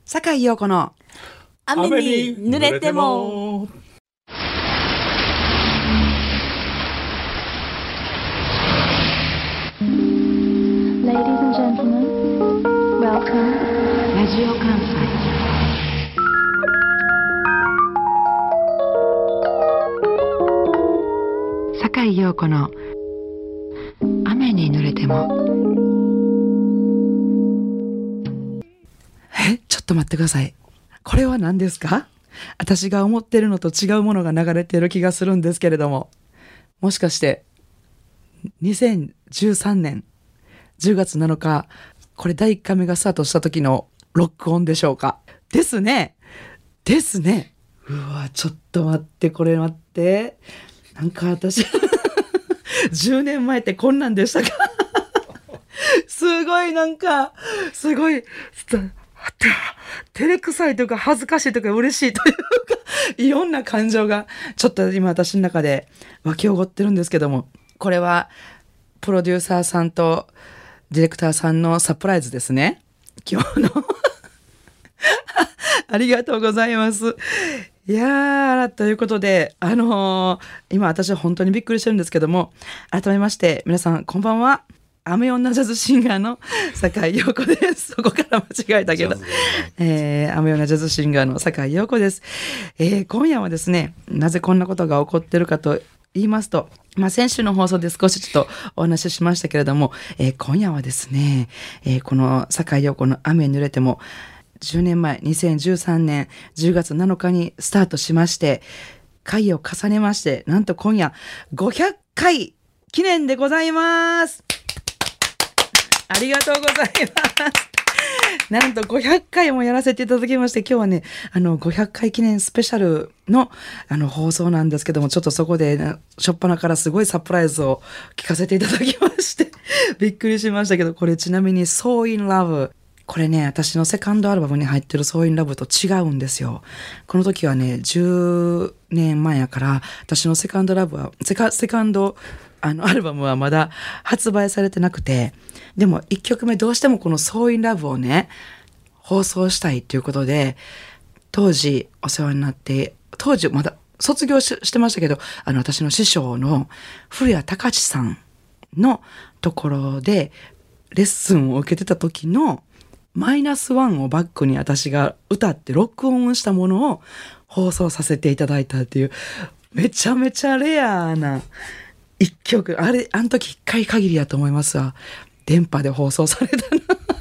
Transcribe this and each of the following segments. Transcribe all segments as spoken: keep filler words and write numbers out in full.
坂井陽子の雨に濡れても。 Ladies and gentlemen, welcome. ラジオ関西。坂井陽子の雨に濡れても。え、ちょっと待ってください。これは何ですか？私が思ってるのと違うものが流れてる気がするんですけれども、もしかしてにせんじゅうさんねんじゅうがつなのか、これだいいっかいめがスタートした時の録音でしょうか？ですねですね。うわ、ちょっと待って、これ待って、なんか私じゅうねんまえってこんなんでしたか？すごい、なんかすごい照れくさいというか恥ずかしいというか嬉しいというかいろんな感情がちょっと今私の中で湧き起こってるんですけども、これはプロデューサーさんとディレクターさんのサプライズですね、今日のありがとうございます。いやー、ということで、あのー、今私は本当にびっくりしてるんですけども、改めまして皆さんこんばんは。雨女ジャズシンガーの坂井陽子です。そこから間違えたけど、えー、雨女ジャズシンガーの坂井陽子です。えー、今夜はですね、なぜこんなことが起こってるかと言いますと、まあ、先週の放送で少しちょっとお話ししましたけれども、えー、今夜はですね、えー、この坂井陽子の雨に濡れてもじゅうねんまえにせんじゅうさんねんじゅうがつなのかにスタートしまして、回を重ねまして、なんと今夜ごひゃっかい記念でございます。ありがとうございます。なんとごひゃっかいもやらせていただきまして、今日はね、あのごひゃっかい記念スペシャルのあの放送なんですけども、ちょっとそこで初っ端からすごいサプライズを聞かせていただきましてびっくりしましたけど、これちなみに So in Love、 これね、私のセカンドアルバムに入ってる So in Love と違うんですよ。この時はねじゅうねんまえやから、私のセカンドラブはセカ、セカンドあのアルバムはまだ発売されてなくて、でもいっきょくめどうしてもこの So in Love をね放送したいということで、当時お世話になって、当時まだ卒業 し, してましたけど、あの私の師匠の古谷隆さんのところでレッスンを受けてた時のマイナスワンをバックに私が歌って録音したものを放送させていただいたっていう、めちゃめちゃレアな一曲、あれ、あの時一回限りやと思いますわ。電波で放送されたな。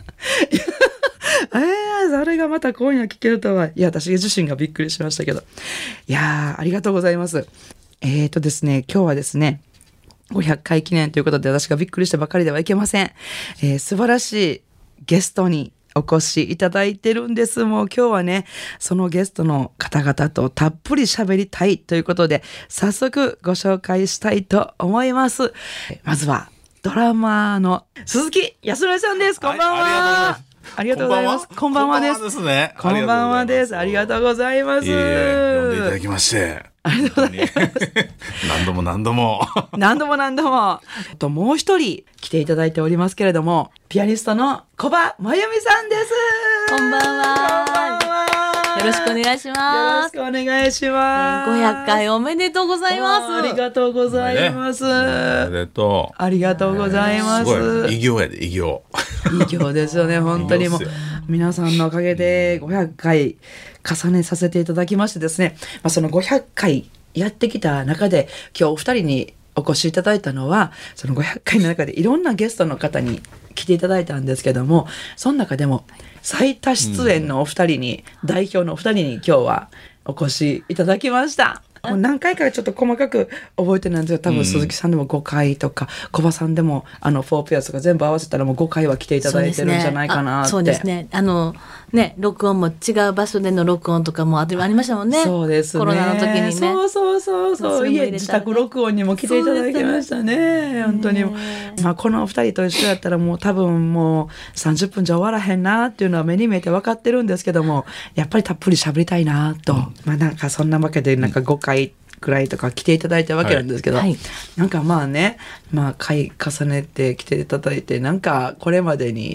えー、それがまた今夜聴けるとは。いや、私自身がびっくりしましたけど。いやー、ありがとうございます。えーとですね、今日はですね、ごひゃっかい記念ということで私がびっくりしたばかりではいけません。えー、素晴らしいゲストにお越しいただいてるんです。もう今日はね、そのゲストの方々とたっぷり喋りたいということで、早速ご紹介したいと思います。まずはドラマーの鈴木康則さんです。こんばんは。 はい、 ありがとうございます。こんばんはです。 こんばんはですね。 こんばんはです。ありがとうございます。 いえいえ、呼んでいただきましてありがとうございます。 何度も何度も何度も何度もともう一人来ていただいておりますけれども、ピアニストの小葉真由美さんです。 こんばんは。 こんばんは。 よろしくお願いします。 よろしくお願いします。 ごひゃっかいおめでとうございます。 ありがとうございます。 おめでとう。 ありがとうございます。 すごい偉業やで、偉業。 偉業ですよね、本当にもう皆さんのおかげでごひゃっかい重ねさせていただきましてですね、まあ、そのごひゃっかいやってきた中で今日お二人にお越しいただいたのは、そのごひゃっかいの中でいろんなゲストの方に来ていただいたんですけども、その中でも最多出演のお二人に、うん、代表のお二人に今日はお越しいただきました。もう何回かちょっと細かく覚えてないんですけど、多分鈴木さんでもごかいとか、うん、小葉さんでもあのフォーペアとか全部合わせたらもうごかいは来ていただいてるんじゃないかなって。 そうですね。あのね、録音も違う場所での録音とかもありましたもんね。 そうですね。 コロナの時にね。 そうそうそうそう。ね、家自宅録音にも来ていただきましたね。ね、本当に。まあこのお二人と一緒やったらもう多分もうさんじゅっぷんじゃ終わらへんなっていうのは目に見えて分かってるんですけども、やっぱりたっぷり喋りたいなと、うん、まあなんかそんなわけでなんかごかいくらいとか来ていただいたわけなんですけど、はい、なんかまあね、まあ回重ねて来ていただいて、なんかこれまでに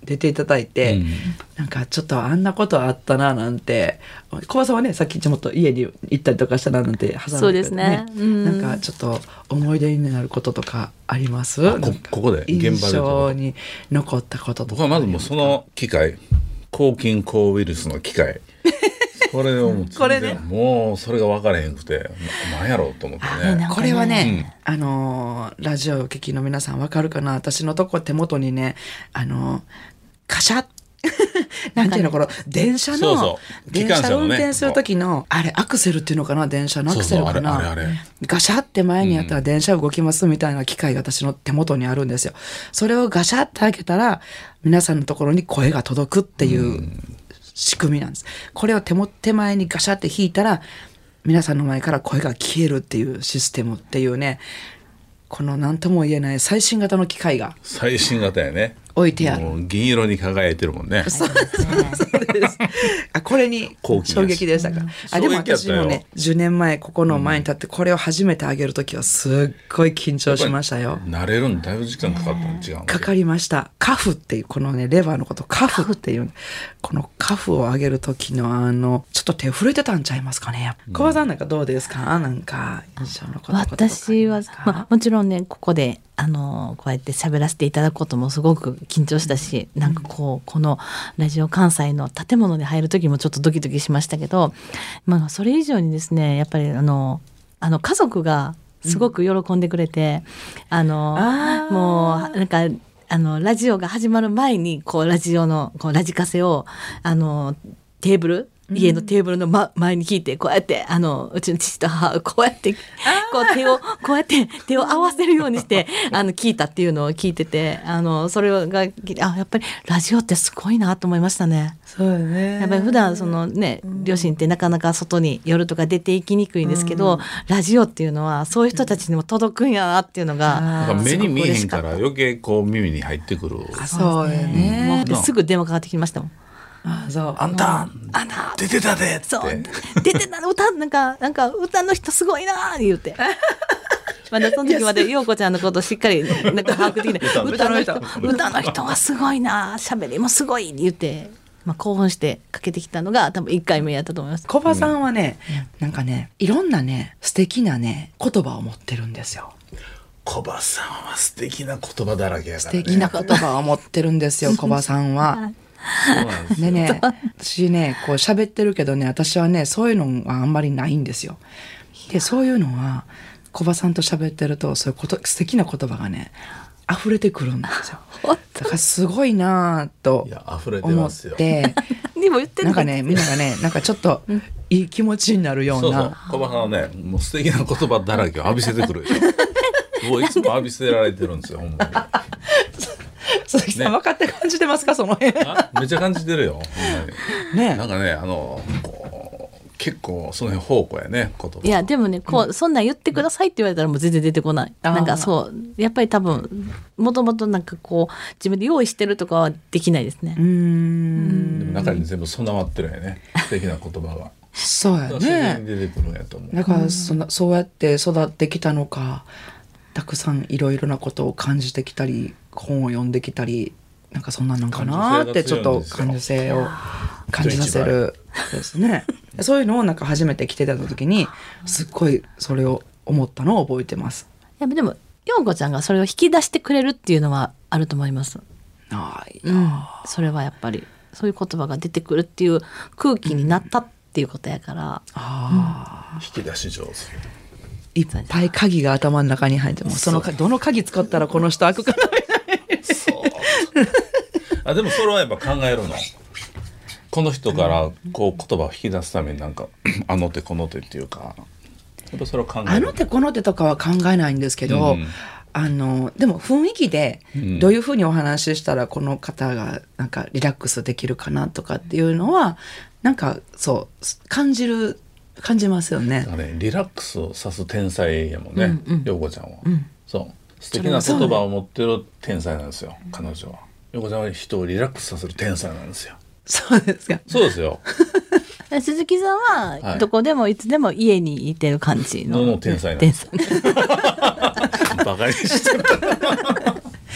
出ていただいて、うん、なんかちょっとあんなことあったななんて、小葉さんはねさっきちょっと家に行ったりとかしたななんて挟んで、ね、 そうですね、うん、 なんかちょっと思い出になることとかあります？ こ, ここで現場で印象に残ったこととか。 僕はまずもうその機械、抗菌抗ウイルスの機械これをもうこれ、ね、もうそれが分からへんくて何やろうと思ってね。 ねこれはね、うん、あのー、ラジオを聞きの皆さん分かるかな。私のとこ手元にね、あのー、カシャッなんていうの、この電車のそうそう電車運転する時のあれアクセルっていうのかな、電車のアクセルかな、 そうそうあれあれあれガシャって前にやったら電車動きますみたいな機械が私の手元にあるんですよ。それをガシャって開けたら皆さんのところに声が届くっていう仕組みなんです。これを手も手前にガシャって引いたら皆さんの前から声が消えるっていうシステムっていうね、この何とも言えない最新型の機械が最新型やね置いてある。 もう銀色に輝いてるもんね。 そうですあこれに衝撃でしたか。あでも私もねじゅうねんまえここの前に立ってこれを初めてあげるときはすっごい緊張しましたよ。 慣れるのだいぶ時間かかったの違うのかかりました。カフっていうこのねレバーのことカフっていうこのカフを上げるときのあのちょっと手震えてたんちゃいますかね。小葉さんなんかどうですか。なんか印象のこととか私は、まあ、もちろんねここであのこうやって喋らせていただくこともすごく緊張したし、なんかこうこのラジオ関西の建物に入る時もちょっとドキドキしましたけど、まあ、それ以上にですねやっぱりあのあの家族がすごく喜んでくれて、うん、あのあもうなんかあのラジオが始まる前にこうラジオのこうラジカセをあのテーブル家のテーブルの、ま、前に引いてこうやってあのうちの父と母こうやってこう手をこうやって手を合わせるようにしてあの聞いたっていうのを聞いてて、あのそれがあやっぱりラジオってすごいなと思いましたね。 そうだね。 やっぱり普段そのね、うん、両親ってなかなか外に夜とか出ていきにくいんですけど、うん、ラジオっていうのはそういう人たちにも届くんやなっていうのが、 なんか目に見えへんから余計こう耳に入ってくる。 そうですね。 もうすぐ電話かかってきましたもん。 あ, そうあんたあんた出てたでってそう出てた歌なんかなんか歌の人すごいな言うてまだその時まで陽子ちゃんのことをしっかりなんか把握できない歌の人歌の人はすごいな喋りもすごいって言って、まあ、興奮してかけてきたのが多分いっかいめやったと思います。 小葉さんはね、うん、なんかねいろんなね素敵なね言葉を持ってるんですよ。 小葉さんは素敵な言葉だらけやからね。 素敵な言葉を持ってるんですよ小葉さんはでね、私ねこう喋ってるけどね私はねそういうのはあんまりないんですよ。でそういうのは小葉さんと喋ってるとそういうこと素敵な言葉がね溢れてくるんですよ。だからすごいなと思ってでも言ってるなんかねみんながねなんかちょっといい気持ちになるようなそうそう小葉さんはねもう素敵な言葉だらけを浴びせてくるでしょもういつも浴びせられてるんですよほんまに鈴木さん、ね、分かって感じてますかその辺。 あめっちゃ感じてるよ。 ね、 なんかねあのこう結構その辺方向やね言葉。 いやでもねこう、うん、そんなん言ってくださいって言われたらもう全然出てこない。なんかそうやっぱり多分もともとなんかこう自分で用意してるとかはできないですね。 うーんでも中に全部備わってるよね素敵な言葉が。 そうやね。 自然に出てくるんやと思う。 だからそんなそうやって育ってきたのか。たくさんいろいろなことを感じてきたり本を読んできたりなんかそんなのかなってちょっと感受性を感じさせるですね。そういうのをなんか初めて来てた時にすっごいそれを思ったのを覚えてます。 いやでも陽子ちゃんがそれを引き出してくれるっていうのはあると思います。 あいうん、それはやっぱりそういう言葉が出てくるっていう空気になったっていうことやから、うん、 あ引き出し上手いっぱい鍵が頭の中に入ってもそのどの鍵使ったらこの人開くかなそうあでもそれはやっぱ考えるのこの人からこう言葉を引き出すためになんかあの手この手っていうかやっぱそれを考えるあの手この手とかは考えないんですけど、うん、あのでも雰囲気でどういうふうにお話ししたらこの方がなんかリラックスできるかなとかっていうのはなんかそう感じる感じますよね。 ねリラックスを指す天才やもんね、陽子、うん、ちゃんは、うん、そう素敵な言葉を持ってる天才なんですよ彼女は。陽子ちゃんは人をリラックスさせる天才なんですよ。 そうですか。 そうですよ鈴木さんはどこでもいつでも家にいてる感じの、 はい、の天才なんですバカにしてるまあ、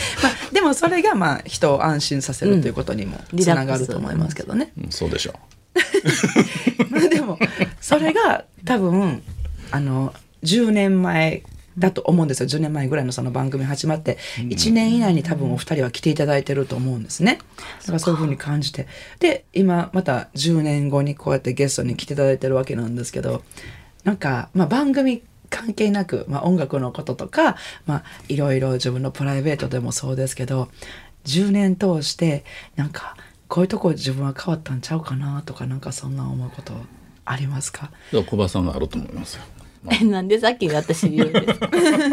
でもそれがまあ人を安心させるということにもつながると思いますけどね、 うん、そうでしょまあでもそれが多分あのじゅうねんまえだと思うんですよ。じゅうねんまえぐらいのその番組始まっていちねん以内に多分お二人は来ていただいてると思うんですね。だからそういうふうに感じて、で今またじゅうねんごにこうやってゲストに来ていただいてるわけなんですけど、なんか、まあ、番組関係なく、まあ、音楽のこととか、まあ、いろいろ自分のプライベートでもそうですけど、じゅうねん通してなんかこういうとこ自分は変わったんちゃうかなとか、なんかそんな思うことありますか？ 小葉さんがあると思いますよ。 えなんでさっき私言うんですか？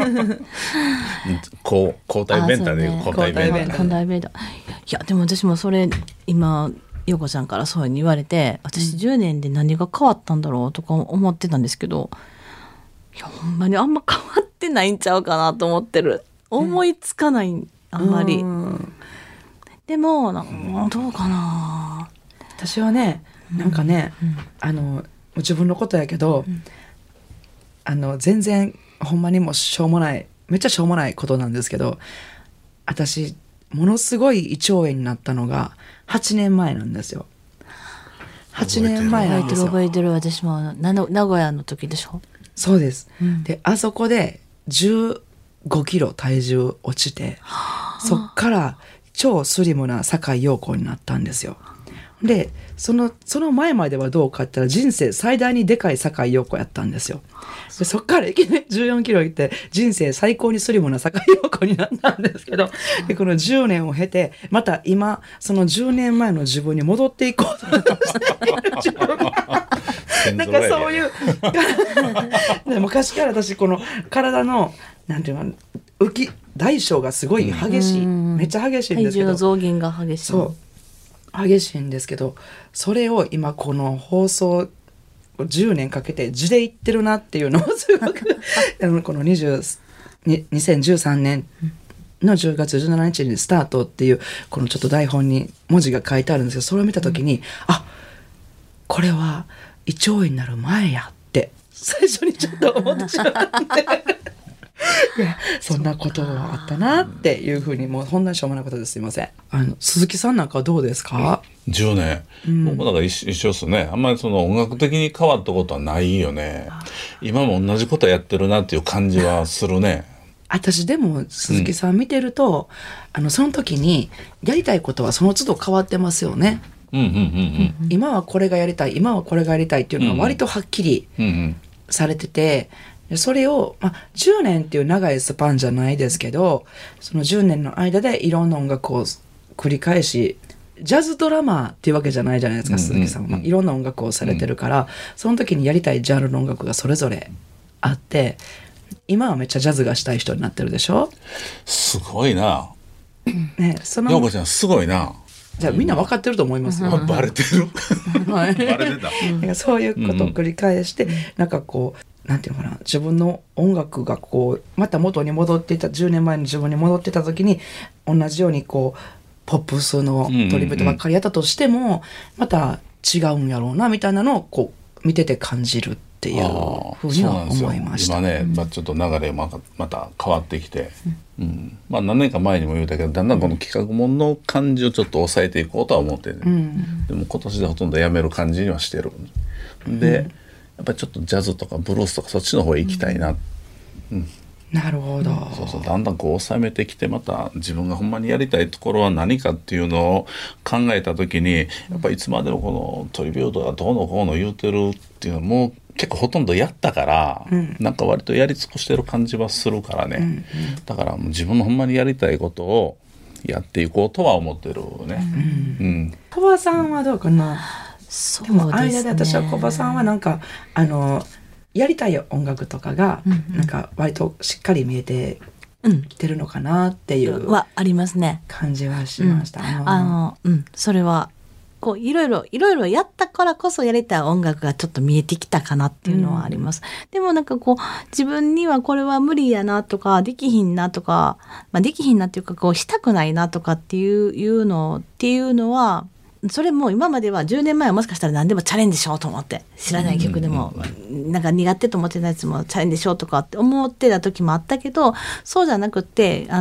こう交代弁当でいう交代弁当、 交代弁当。いやでも私もそれ今陽子ちゃんからそういうふうに言われて、私じゅうねんで何が変わったんだろうとか思ってたんですけど、いやほんまにあんま変わってないんちゃうかなと思ってる。思いつかない、うん、あんまり。でもなんどうかな。 私はね、なんかね、うん、あの自分のことやけど、うん、あの全然ほんまにもしょうもないめっちゃしょうもないことなんですけど、私ものすごい胃腸炎になったのがはちねんまえなんですよ。はちねんまえなんですよ。 覚えてる覚えてる。私も名古屋の時でしょ。 そうです、うん、であそこでじゅうごキロ体重落ちて、そっから超スリムな酒井陽子になったんですよ。でそのその前まではどうかって言ったら人生最大にでかい酒井陽子やったんですよ。でそっからいきなりじゅうよんキロいって人生最高にスリムな酒井陽子になったんですけど、でこのじゅうねんを経てまた今そのじゅうねんまえの自分に戻っていこうと思って自分がなんかそういう昔から私この体のなんていうの浮き大小がすごい激しい、うん、めっちゃ激しいんですけど、 体重の増減が激しい。 そう激しいんですけど、それを今この放送じゅうねんかけて地で言ってるなっていうのをすごくあのこのにじゅうにせんじゅうさんねんのじゅうがつじゅうしちにちにスタートっていうこのちょっと台本に文字が書いてあるんですけど、それを見た時に、うん、あこれは胃腸炎になる前やって最初にちょっと思ってしまっていやそんなことがあったなっていうふうに、もうそんなしょうもないことですいません。あの鈴木さんなんかどうですか？ じゅうねん、うん、僕もだから一緒ですね。あんまりその音楽的に変わったことはないよね。今も同じことやってるなっていう感じはするね。 私でも鈴木さん見てると、うん、あのその時にやりたいことはその都度変わってますよね。 うんうんうんうん、 今はこれがやりたい今はこれがやりたいっていうのは割とはっきりされてて、それを、まあ、じゅうねんっていう長いスパンじゃないですけど、そのじゅうねんの間でいろんな音楽を繰り返し、ジャズドラマーっていうわけじゃないじゃないですか、鈴木さんは、まあ、いろんな音楽をされてるから、うん、その時にやりたいジャンルの音楽がそれぞれあって、今はめっちゃジャズがしたい人になってるでしょ。 すごいな、 ね、その陽子ちゃんすごいな。 じゃあみんな分かってると思いますよ。 バレてるバレてた。 そういうことを繰り返して、うん、なんかこうなんていうのかな、自分の音楽がこうまた元に戻っていたじゅうねんまえの自分に戻ってた時に同じようにこうポップスのトリビュートばっかりやったとしても、うんうんうん、また違うんやろうなみたいなのをこう見てて感じるっていうふうには思いました。 今ね、まあ、ちょっと流れままた変わってきて、うんうん、まあ何年か前にも言ったけどだんだんこの企画ものの感じをちょっと抑えていこうとは思ってる、うん、でも今年でほとんどやめる感じにはしてるで、うんやっぱりちょっとジャズとかブルースとかそっちの方へ行きたいな、うん、 なるほど、 そうそうだんだんこう収めてきてまた自分がほんまにやりたいところは何かっていうのを考えた時にやっぱりいつまでもこのトリビュートがどうのこうの言うてるっていうのはもう結構ほとんどやったから、うん、なんか割とやり尽くしてる感じはするからね、うんうん、だからもう自分のほんまにやりたいことをやっていこうとは思ってるね。 小葉さんはどうかな。でも間で私は小葉さんはなんかあのやりたい音楽とかがなんか割としっかり見えてきてるのかなっていうはありますね感じはしました。 あのうんそれはこういろいろいろいろやったからこそやりたい音楽がちょっと見えてきたかなっていうのはあります、うん、でもなんかこう自分にはこれは無理やなとかできひんなとか、まあ、できひんなっていうかこうしたくないなとかっていういうのっていうのはそれも今まではじゅうねんまえはもしかしたら何でもチャレンジしようと思って知らない曲でもなんか苦手と思ってたやつもチャレンジしようとかって思ってた時もあったけどそうじゃなくってあの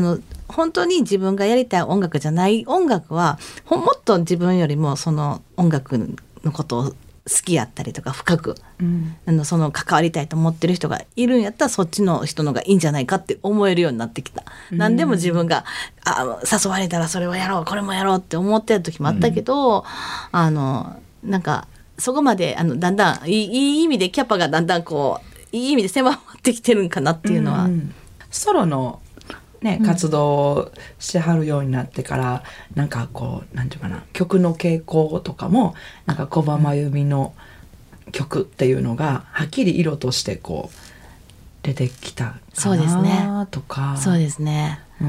本当に自分がやりたい音楽じゃない音楽はほもっと自分よりもその音楽のことを好きやったりとか深く、うん、あのその関わりたいと思ってる人がいるんやったらそっちの人のがいいんじゃないかって思えるようになってきた、うん、何でも自分があ誘われたらそれをやろうこれもやろうって思ってた時もあったけど、うん、あのなんかそこまであのだんだんいい、いい意味でキャパがだんだんこういい意味で狭まってきてるんかなっていうのは、うん、 ソロのね、活動をしはるようになってから、うん、なんかこうなんていうかな曲の傾向とかもなんか小葉真由美の曲っていうのがはっきり色としてこう出てきたかなとか。 そうですね。そうですね、うん、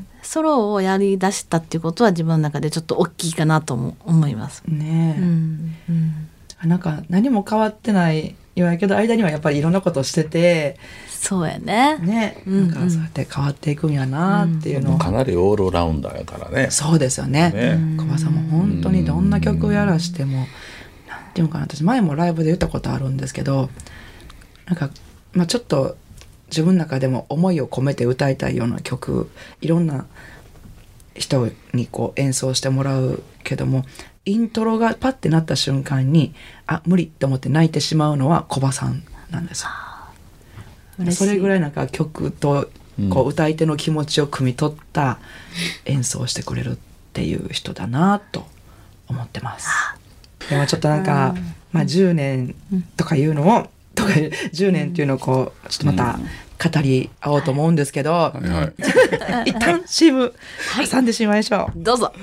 ソロをやりだしたっていうことは自分の中でちょっと大きいかなとも思いますね、うんうん、なんか何も変わってないようやけど間にはやっぱりいろんなことをしててそうやね。 ね、なんかそうやって変わっていくんやなっていうのを、うん、 かなりオールラウンダーやからね。 そうですよね。ね、小葉さんも本当にどんな曲をやらしても、なんていうのかな、私前もライブで言ったことあるんですけど、なんかまあちょっと自分の中でも思いを込めて歌いたいような曲、いろんな人にこう演奏してもらうけども、イントロがパッてなった瞬間にあ無理って思って泣いてしまうのは小葉さんなんですよ。それぐらいなんか曲とこう歌い手の気持ちを汲み取った演奏をしてくれるっていう人だなと思ってます。でもちょっとなんか、まあ、じゅうねんとかいうのをとかじゅうねんっていうのをこうちょっとまた語り合おうと思うんですけど、はいはい、一旦 シーエム 挟んでしまいましょう、はい、 どうぞ。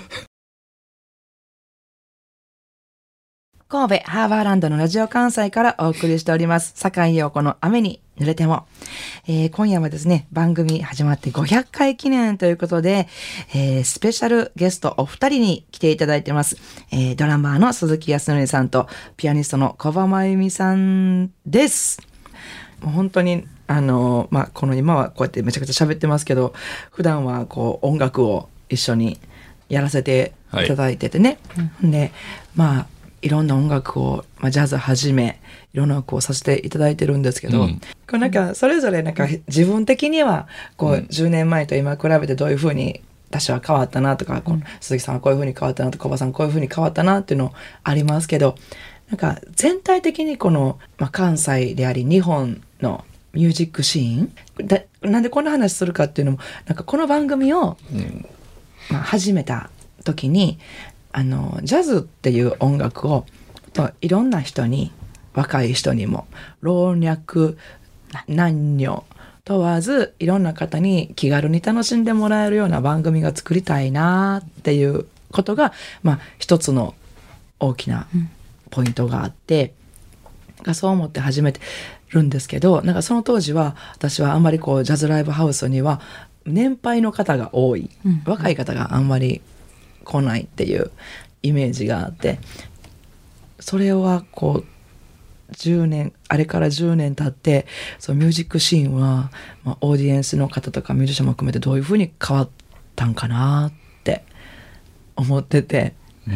神戸ハーバーランドのラジオ関西からお送りしております坂井陽子の雨に濡れても、えー、今夜はですね番組始まってごひゃっかい記念ということで、えー、スペシャルゲストお二人に来ていただいてます、えー、ドラマーの鈴木康則さんとピアニストの小葉真由美さんです。もう本当にあの、まあ、この今はこうやってめちゃくちゃ喋ってますけど普段はこう音楽を一緒にやらせていただいててね、はい、でまあいろんな音楽を、まあ、ジャズはじめいろんな音楽をさせていただいてるんですけど、うん、こうなんかそれぞれなんか自分的にはこうじゅうねんまえと今比べてどういうふうに私は変わったなとか、うん、こう鈴木さんはこういうふうに変わったなとか小葉さんこういうふうに変わったなっていうのありますけどなんか全体的にこの、まあ、関西であり日本のミュージックシーンだなんでこんな話するかっていうのもなんかこの番組を、うんまあ、始めた時にあのジャズっていう音楽をといろんな人に若い人にも老若男女問わずいろんな方に気軽に楽しんでもらえるような番組が作りたいなっていうことが、まあ、一つの大きなポイントがあって、うん、そう思って始めてるんですけどなんかその当時は私はあんまりこうジャズライブハウスには年配の方が多い、うん、若い方があんまり来ないっていうイメージがあってそれはこうじゅうねんあれからじゅうねん経ってそのミュージックシーンは、まあ、オーディエンスの方とかミュージシャンも含めてどういうふうに変わったんかなって思ってて、うんうん、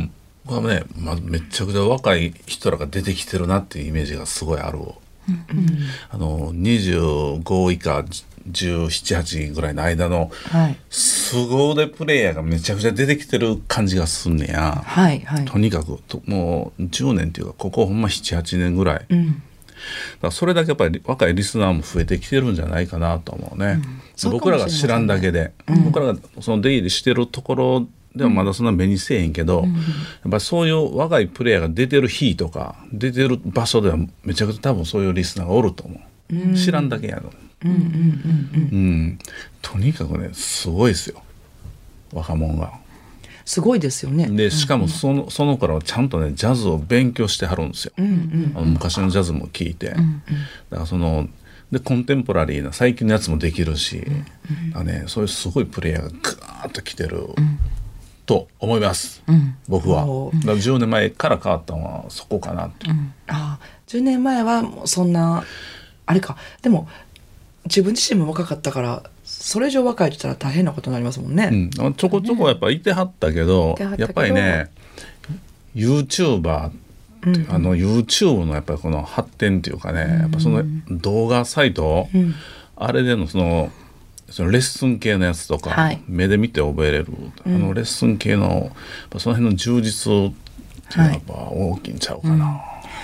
僕はね、まあ、めちゃくちゃ若い人らが出てきてるなっていうイメージがすごいある、うんうん、あのにじゅうご以下じゅうなな、はちぐらいの間の凄腕プレイヤーがめちゃくちゃ出てきてる感じがすんねや、はいはい、とにかくともうじゅうねんっていうかここほんまななはちねんぐらい、うん、だからそれだけやっぱり若いリスナーも増えてきてるんじゃないかなと思うね、うん、僕らが知らんだけで、うん、僕らがその出入りしてるところでもまだそんな目にせえへんけど、うん、やっぱりそういう若いプレイヤーが出てる日とか出てる場所ではめちゃくちゃ多分そういうリスナーがおると思う、うん、知らんだけやろうんうんうんうんうん、とにかくねすごいですよ若者がすごいですよねでしかもその、うんうん、その頃はちゃんとねジャズを勉強してはるんですよ、うんうん、あの昔のジャズも聴いて、うんうん、だからそのでコンテンポラリーな最近のやつもできるし、うんうん、だからね、そういうすごいプレイヤーがグーッと来てる、うん、と思います、うん、僕はだからじゅうねんまえから変わったのはそこかなって、うん、 あじゅうねんまえはもうそんなあれかでも自分自身も若かったからそれ以上若いと言ったら大変なことになりますもんね、 うん、ちょこちょこやっぱいてはったけど、ね、やっぱりね YouTuber って、うん、あの YouTube のやっぱりこの発展っていうかね、うん、やっぱその動画サイト、うん、あれでのそのそのレッスン系のやつとか、 はい目で見て覚えれる、あのレッスン系のやっぱその辺の充実っていうのはやっぱ大きいんちゃうかな、 あ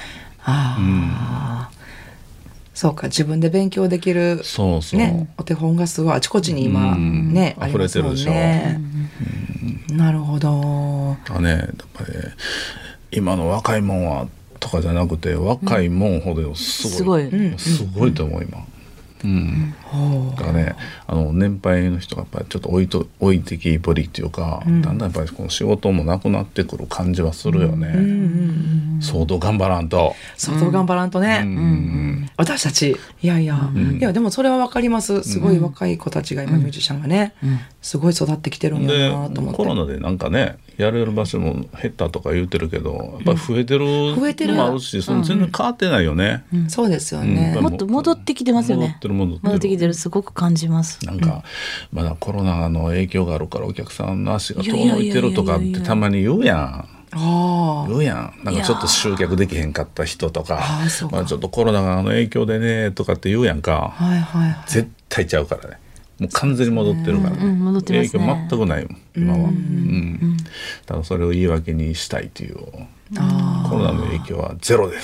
あ、そうか、自分で勉強できるそうそう、 ね、お手本がすごいあちこちに今うんねありますもん溢れてるね。なるほど。 だね、やっぱり今の若いもんはとかじゃなくて若いもんほどすごい、 すごいすごいと思う今。うん、だからね、あの年配の人がやっぱりちょっと置いと置いてきぼりっていうか、だんだんやっぱりこの仕事もなくなってくる感じはするよね、相当頑張らんと。 相当頑張らんとね、 うん私たちいやいや、いやでもそれは分かります。すごい若い子たちが今ミュージシャンがね、すごい育ってきてるんでやなと思って。 コロナでなんかねやれる場所も減ったとか言うてるけど、やっぱり増えてる増えてるのもあるし、その全然変わってないよね、 そうですよね、 うんもっと戻ってきてますよね。 戻ってる戻ってる戻ってきてる、すごく感じます。 なんか、まだコロナの影響があるからお客さんの足が遠いやいやいやいやのいてるとかってたまに言うやん。 あ言うやん。なんかちょっと集客できへんかった人とか、 あーそうかまあ、ちょっとコロナの影響でねとかって言うやんか。 あ、はいはいはい。 絶対ちゃうからね。もう完全に戻ってるからね。 うん戻ってますね影響全くないもん今は。うんただそれを言い訳にしたいという。コロナの影響はゼロです。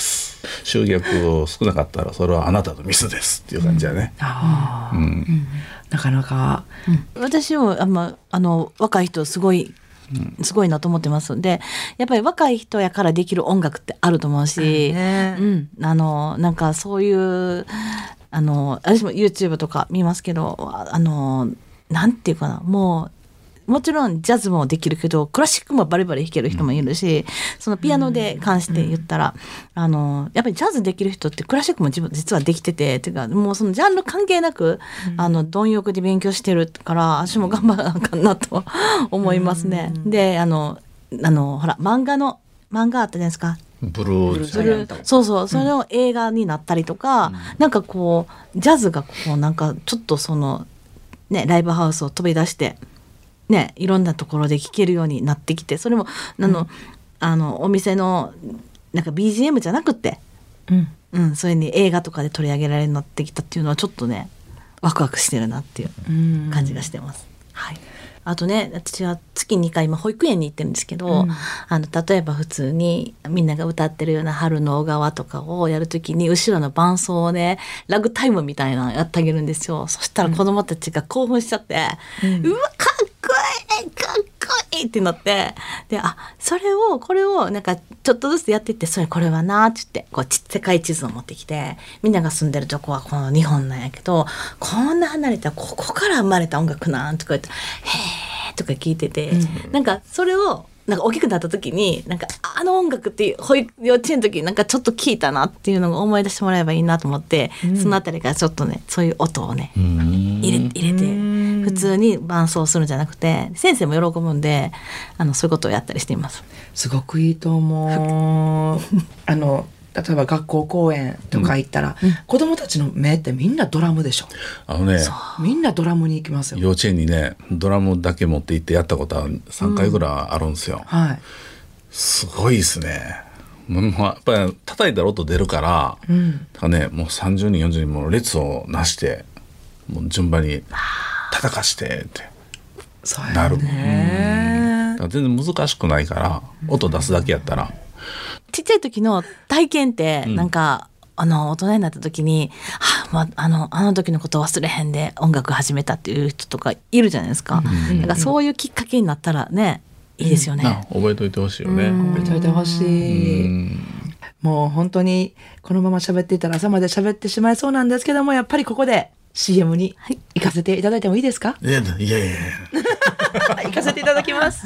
集客少なかったらそれはあなたのミスですっていう感じだね。 ああ、 うんなかなか、 私もあんまあの若い人すごいすごいなと思ってますんで、やっぱり若い人やからできる音楽ってあると思うし、 ねうん、あのなんかそういうあの私も YouTube とか見ますけど、あのなんていうかな、もうもちろんジャズもできるけどクラシックもバリバリ弾ける人もいるし、そのピアノで関して言ったら、あのやっぱりジャズできる人ってクラシックも自分実はできててっていうか、もうそのジャンル関係なく、あの貪欲で勉強してるから私も頑張らなあかんなと思いますね。であのあのほら漫画の漫画あったじゃないですか。 ブルージブルージャイアントそうそう、それを映画になったりとか、なんかこうジャズがこうなんかちょっとそのねライブハウスを飛び出してねいろんなところで聴けるようになってきて、それもあの、うん、あのお店のなんか ビージーエム じゃなくて、 うんうん、それに映画とかで取り上げられるようになってきたっていうのはちょっとねワクワクしてるなっていう感じがしてます。はい。あとね、私は月にかい今保育園に行ってるんですけど、うん、あの例えば普通にみんなが歌ってるような春の小川とかをやるときに後ろの伴奏をねラグタイムみたいなのやってあげるんですよ。そしたら子供たちが興奮しちゃって、うん、うわかっこいいかっこいいってなって、であそれをこれをなんかちょっとずつやっていって、それこれはなって言ってこう世界地図を持ってきて、みんなが住んでるとこはこの日本なんやけど、こんな離れたここから生まれた音楽なんとか言って、へーとか聞いてて、うん、なんかそれをなんか大きくなった時になんかあの音楽って保育幼稚園の時になんかちょっと聞いたなっていうのを思い出してもらえばいいなと思って、うん、そのあたりからちょっとねそういう音をね入れ、入れて普通に伴奏するんじゃなくて先生も喜ぶんで、あのそういうことをやったりしています。 すごくいいと思うあの例えば学校公演とか行ったら、うん、子供たちの目ってみんなドラムでしょ。 あのねみんなドラムに行きますよ。 幼稚園にねドラムだけ持って行ってやったことはさんかいぐらいあるんですよ、うんはい、すごいですね。もうやっぱり叩いたら音出るから、うん、だからねもうさんじゅうにんよんじゅうにんも列をなしてもう順番に叩かしてってなる。そうね、うん、だから全然難しくないから音出すだけやったら、 ちっちゃい時の体験ってなんか、うん、あの大人になった時に、はあまあ、あのあの時のこと忘れへんで音楽始めたっていう人とかいるじゃないですか、うん、だからそういうきっかけになったらねいいですよね、 うん、覚えといてほしいよね。 覚えといてほしい、うん、もう本当にこのまま喋っていたら朝まで喋ってしまいそうなんですけども、やっぱりここで シーエム に行かせていただいてもいいですか？ いやいやいやいや行かせていただきます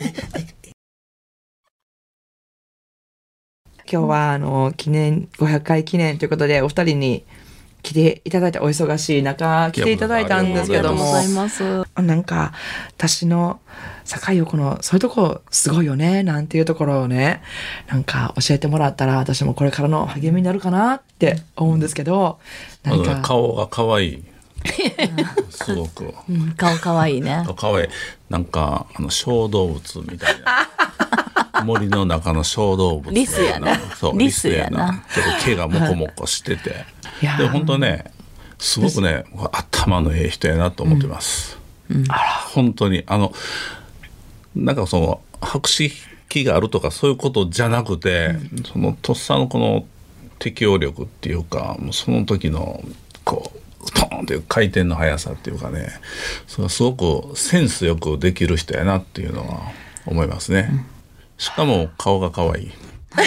今日はあの記念ごひゃっかい記念ということでお二人に来ていただいて、お忙しい中来ていただいたんですけども、なんか私の坂井横のそういうとこすごいよねなんていうところをねなんか教えてもらったら私もこれからの励みになるかなって思うんですけど、 なんか顔が可愛いすごく、 うん、顔可愛いね。 可愛いなんかあの小動物みたいな森の中の小動物リスやな。 そうリスやな。ちょっと毛がモコモコしてて、で本当ねすごくね頭のええ人やなと思ってます、うんうん、本当にあのなんかその博識があるとかそういうことじゃなくて、うん、そのとっさのこの適応力っていうかもうその時のこうポーンっていう回転の速さっていうかねそれはすごくセンスよくできる人やなっていうのは思いますね、うん、しかも顔が可愛い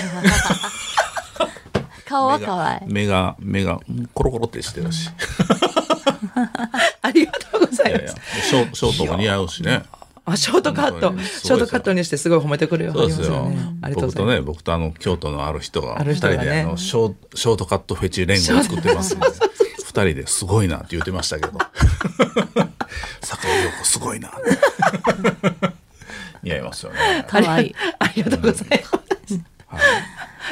顔は可愛い目が目がコロコロってしてるしありがとうございます。いやいやショショートも似合うしね。 あショートカットショートカットにしてすごい褒めてくれるそうですよ、ね、僕とね僕とあの京都のある人がふたりであのショー、ショートカットフェチ連合を作ってますんでふたりですごいなって言ってましたけど坂井陽子すごいな似合いますよね。 かわいいありがとうございます、うんはい、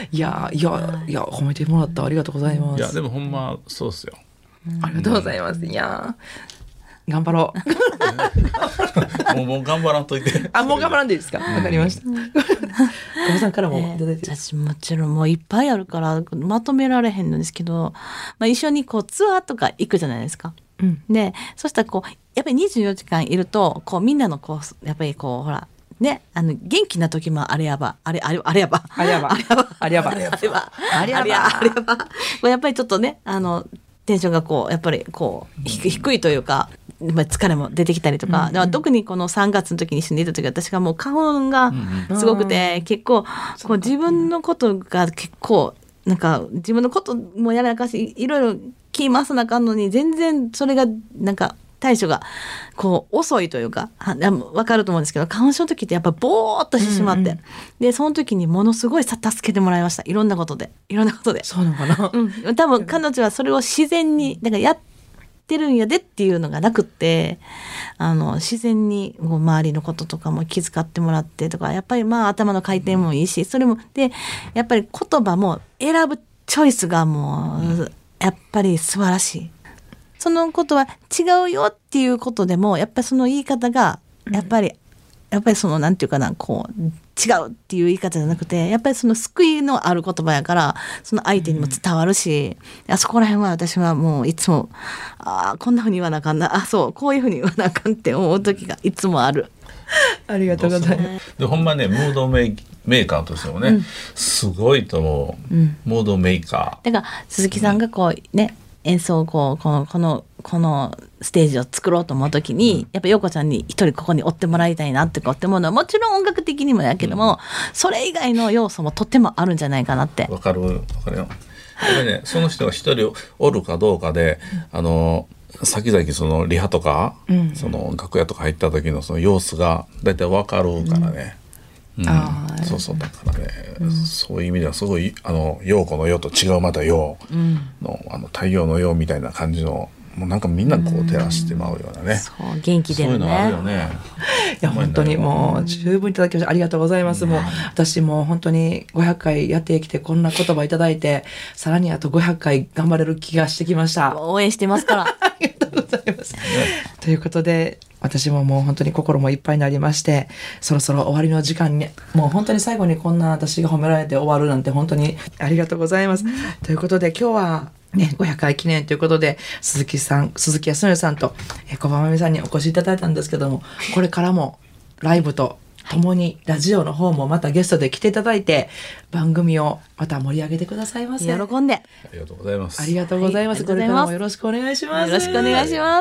いやいやいや褒めてもらったありがとうございます。 いやでもほんまそうですよ、 うん、ありがとうございます。いや頑張ろうもうもう頑張らんといてあもう頑張らんでいいですか。わかりました。久保さんからもいただいて、 えー、私もちろんもういっぱいあるからまとめられへんのですけど、まあ、一緒にこうツアーとか行くじゃないですか、うん、でそしたらこうやっぱりにじゅうよじかんいるとこうみんなのこうやっぱりこうほらね、あの元気な時もあれやばあれあれあれやばあれやばあれやばあれやばあれやばあれやばあれやばやっぱりちょっとねあのテンションがこうやっぱりこう低いというか疲れも出てきたりとか、うんうん、特にこのさんがつの時に一緒にいた時私がもう花粉がすごくて、うんうん、結構こう自分のことが結構なんか自分のこともやらかしいろいろ気回さなあかんのに全然それがなんか対処がこう遅いというか分かると思うんですけど花粉症の時ってやっぱボーっとしてしまって、うんうん、でその時にものすごい助けてもらいました。いろんなことでいろんなことでそうなのかな、 うん、多分彼女はそれを自然にだからやってるんやでっていうのがなくってあの自然にこう周りのこととかも気遣ってもらってとかやっぱりまあ頭の回転もいいしそれもでやっぱり言葉も選ぶチョイスがもうやっぱり素晴らしい。そのことは違うよっていうことでもやっぱりその言い方がやっぱり、うん、やっぱりそのなんていうかなこう違うっていう言い方じゃなくてやっぱりその救いのある言葉やからその相手にも伝わるし、うん、あそこら辺は私はもういつもあこんな風に言わなあかんなあそうこういう風に言わなあかんって思う時がいつもある。 ありがとうございます。 でほんまねムードメイメーカーとしてもね、うん、すごいと思う、うん、ムードメーカーだから鈴木さんがこうね、うん演奏をこうこのこのこのステージを作ろうと思うときに、うん、やっぱ陽子ちゃんに一人ここに追ってもらいたいなって思うのはもちろん音楽的にもやけども、うん、それ以外の要素もとってもあるんじゃないかなって。 わかるわかるよ。やっぱりねその人が一人おるかどうかで、うん、あの先々そのリハとか、うん、その楽屋とか入った時のその様子がだいたいわかるからね。うんうんあそうそうだからね、うん、そういう意味ではすごいあの陽子の陽と違うまた陽の、うん、あの太陽の陽みたいな感じのもうなんかみんなこう照らしてまうようなね、うん、 そう元気出るねそういうのあるよねいや本当にもう十分いただきましてありがとうございます、うん、もう私も本当にごひゃっかいやってきてこんな言葉いただいてさらにあとごひゃっかい頑張れる気がしてきました。 応援してますからありがとうございます、ね、ということで私ももう本当に心もいっぱいになりましてそろそろ終わりの時間にもう本当に最後にこんな私が褒められて終わるなんて本当にありがとうございます、うん、ということで今日はね、ごひゃっかい記念ということで鈴木さん鈴木康則さんと小葉真美さんにお越しいただいたんですけどもこれからもライブとともにラジオの方もまたゲストで来ていただいて番組をまた盛り上げてくださいませ。 喜んでありがとうございます。 ありがとうございます、はい、これからもよろしくお願いします。 よろしくお願いします。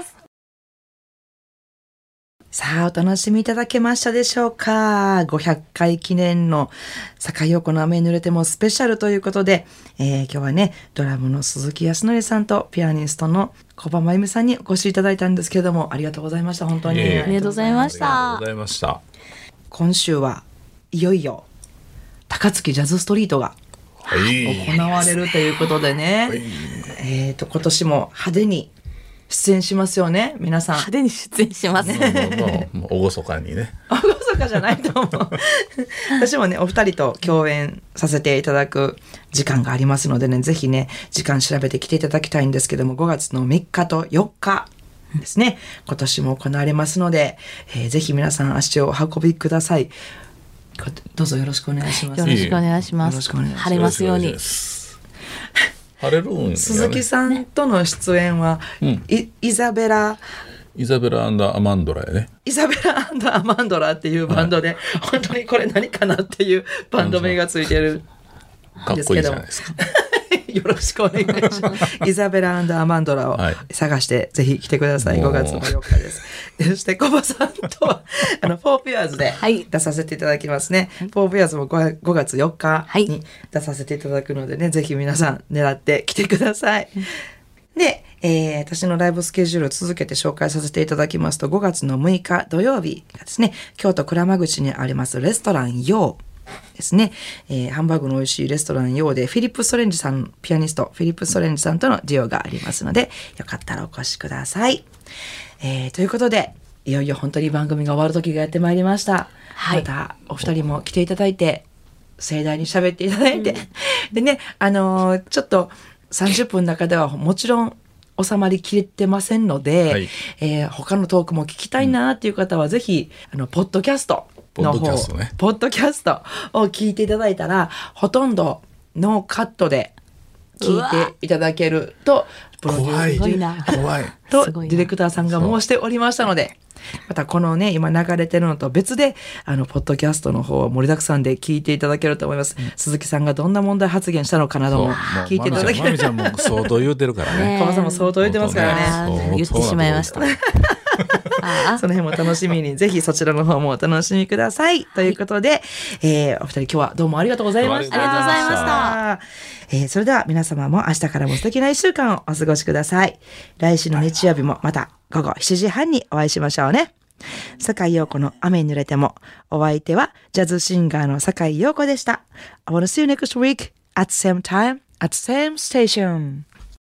さあお楽しみいただけましたでしょうか。ごひゃっかい記念の坂井陽子の雨に濡れてもスペシャルということで、えー、今日はねドラムの鈴木康則さんとピアニストの小葉真美さんにお越しいただいたんですけれどもありがとうございました。本当に、 えー、ありがとうございました。 ありがとうございました。 今週はいよいよ高槻ジャズストリートが行われるということでね、はい、えーと今年も派手に出演しますよね皆さん。 派手に出演しますね。 もうもう厳かにね。 厳かじゃないと思う。私もねお二人と共演させていただく時間がありますのでねぜひね時間調べてきていただきたいんですけどもごがつのみっかとよっかですね今年も行われますので、えー、ぜひ皆さん足をお運びください。どうぞよろしくお願いします。 よろしくお願いします。 よろしくお願いします。 晴れますように。 晴れるんやね。 鈴木さんとの出演は、 うんイ, イザベライザベラアマンドラやね。 イザベラアマンドラっていうバンドで、はい、本当にこれ何かなっていうバンド名がついてるかっこいいじゃないですか。 よろしくお願いしますイザベラアマンドラを探して、はい、ぜひ来てください。ごがつのよっかです。そしてコバさんとはあのフォーピアーズで出させていただきますね、はい、フォーピアーズもごがつよっかに出させていただくのでね、ぜひ皆さん狙って来てください。で、えー、私のライブスケジュールを続けて紹介させていただきますと、ごがつのむいか土曜日がですね、京都鞍馬口にありますレストランヨーですね、えー、ハンバーグの美味しいレストランヨーでフィリップ・ストレンジさん、ピアニストフィリップ・ストレンジさんとのデュオがありますので、よかったらお越しください。えー、ということで、いよいよ本当に番組が終わる時がやってまいりました、はい、またお二人も来ていただいて盛大に喋っていただいて、うん、でね、あのー、ちょっとさんじゅっぷんの中ではもちろん収まりきれてませんので、はい、えー、他のトークも聞きたいなっていう方は、うん、ぜひあのポッドキャストの方、ポッドキャストね、ポッドキャストを聞いていただいたら、ほとんどノーカットで聞いていただけるとプロデューサー怖いとディレクターさんが申しておりましたので、またこのね今流れてるのと別であのポッドキャストの方盛りだくさんで聞いていただけると思います、うん、鈴木さんがどんな問題発言したのかなども聞いていただける。 まみちゃんも相当言うてるからね。 川さんも相当言ってますからね。 言ってしまいましたあその辺も楽しみにぜひそちらの方もお楽しみください、はい、ということで、えー、お二人今日はどうもありがとうございました。 ありがとうございました。えー、それでは皆様も明日からも素敵ないっしゅうかんをお過ごしください。来週の日曜日もまたごごしちじはんにお会いしましょうね。坂井陽子の雨に濡れても、お相手はジャズシンガーの坂井陽子でした。I wanna see you next week at the same time at the same station.